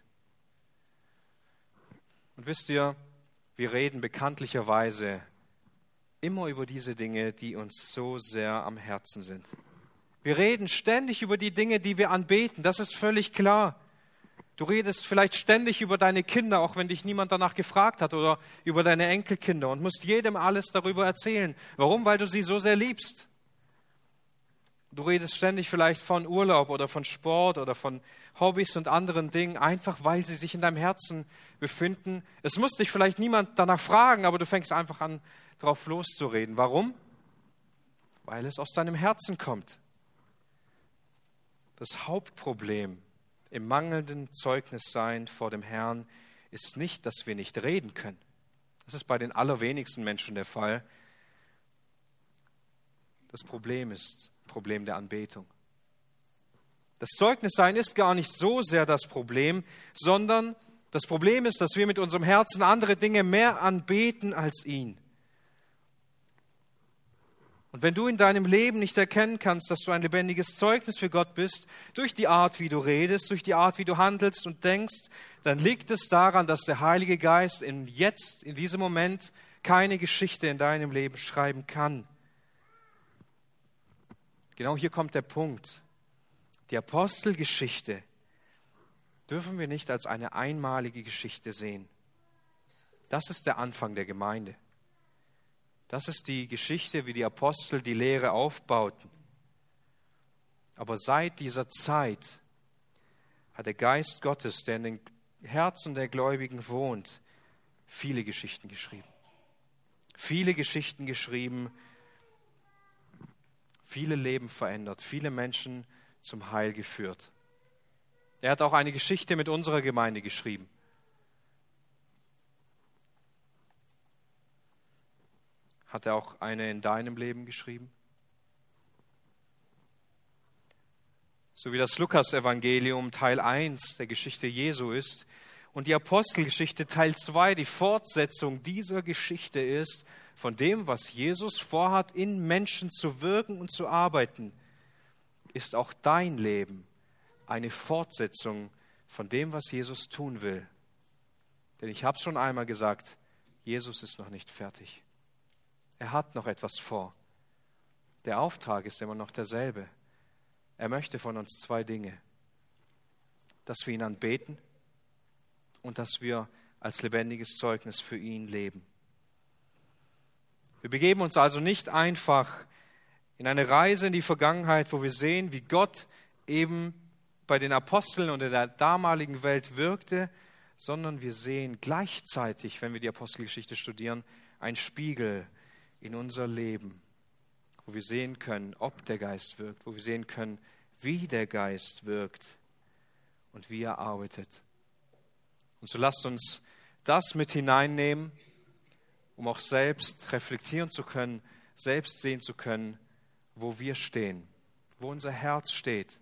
Und wisst ihr, wir reden bekanntlicherweise immer über diese Dinge, die uns so sehr am Herzen sind. Wir reden ständig über die Dinge, die wir anbeten, das ist völlig klar. Du redest vielleicht ständig über deine Kinder, auch wenn dich niemand danach gefragt hat, oder über deine Enkelkinder und musst jedem alles darüber erzählen. Warum? Weil du sie so sehr liebst. Du redest ständig vielleicht von Urlaub oder von Sport oder von Hobbys und anderen Dingen, einfach weil sie sich in deinem Herzen befinden. Es muss dich vielleicht niemand danach fragen, aber du fängst einfach an, drauf loszureden. Warum? Weil es aus deinem Herzen kommt. Das Hauptproblem im mangelnden Zeugnissein vor dem Herrn ist nicht, dass wir nicht reden können. Das ist bei den allerwenigsten Menschen der Fall. Das Problem ist das Problem der Anbetung. Das Zeugnissein ist gar nicht so sehr das Problem, sondern das Problem ist, dass wir mit unserem Herzen andere Dinge mehr anbeten als ihn. Und wenn du in deinem Leben nicht erkennen kannst, dass du ein lebendiges Zeugnis für Gott bist, durch die Art, wie du redest, durch die Art, wie du handelst und denkst, dann liegt es daran, dass der Heilige Geist in jetzt, in diesem Moment, keine Geschichte in deinem Leben schreiben kann. Genau hier kommt der Punkt. Die Apostelgeschichte dürfen wir nicht als eine einmalige Geschichte sehen. Das ist der Anfang der Gemeinde. Das ist die Geschichte, wie die Apostel die Lehre aufbauten. Aber seit dieser Zeit hat der Geist Gottes, der in den Herzen der Gläubigen wohnt, viele Geschichten geschrieben. Viele Geschichten geschrieben, viele Leben verändert, viele Menschen zum Heil geführt. Er hat auch eine Geschichte mit unserer Gemeinde geschrieben. Hat er auch eine in deinem Leben geschrieben? So wie das Lukas-Evangelium Teil eins der Geschichte Jesu ist und die Apostelgeschichte Teil zwei die Fortsetzung dieser Geschichte ist, von dem, was Jesus vorhat, in Menschen zu wirken und zu arbeiten, ist auch dein Leben eine Fortsetzung von dem, was Jesus tun will. Denn ich habe es schon einmal gesagt, Jesus ist noch nicht fertig. Er hat noch etwas vor. Der Auftrag ist immer noch derselbe. Er möchte von uns zwei Dinge. Dass wir ihn anbeten und dass wir als lebendiges Zeugnis für ihn leben. Wir begeben uns also nicht einfach in eine Reise in die Vergangenheit, wo wir sehen, wie Gott eben bei den Aposteln und in der damaligen Welt wirkte, sondern wir sehen gleichzeitig, wenn wir die Apostelgeschichte studieren, einen Spiegel in unser Leben, wo wir sehen können, ob der Geist wirkt, wo wir sehen können, wie der Geist wirkt und wie er arbeitet. Und so lasst uns das mit hineinnehmen, um auch selbst reflektieren zu können, selbst sehen zu können, wo wir stehen, wo unser Herz steht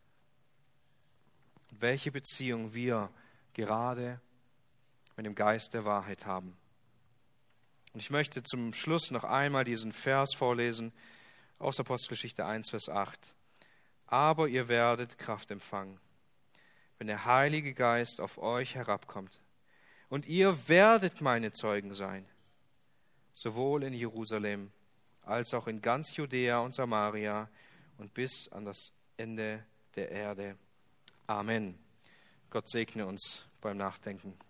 und welche Beziehung wir gerade mit dem Geist der Wahrheit haben. Und ich möchte zum Schluss noch einmal diesen Vers vorlesen aus Apostelgeschichte eins, Vers acht. Aber ihr werdet Kraft empfangen, wenn der Heilige Geist auf euch herabkommt. Und ihr werdet meine Zeugen sein, sowohl in Jerusalem als auch in ganz Judäa und Samaria und bis an das Ende der Erde. Amen. Gott segne uns beim Nachdenken.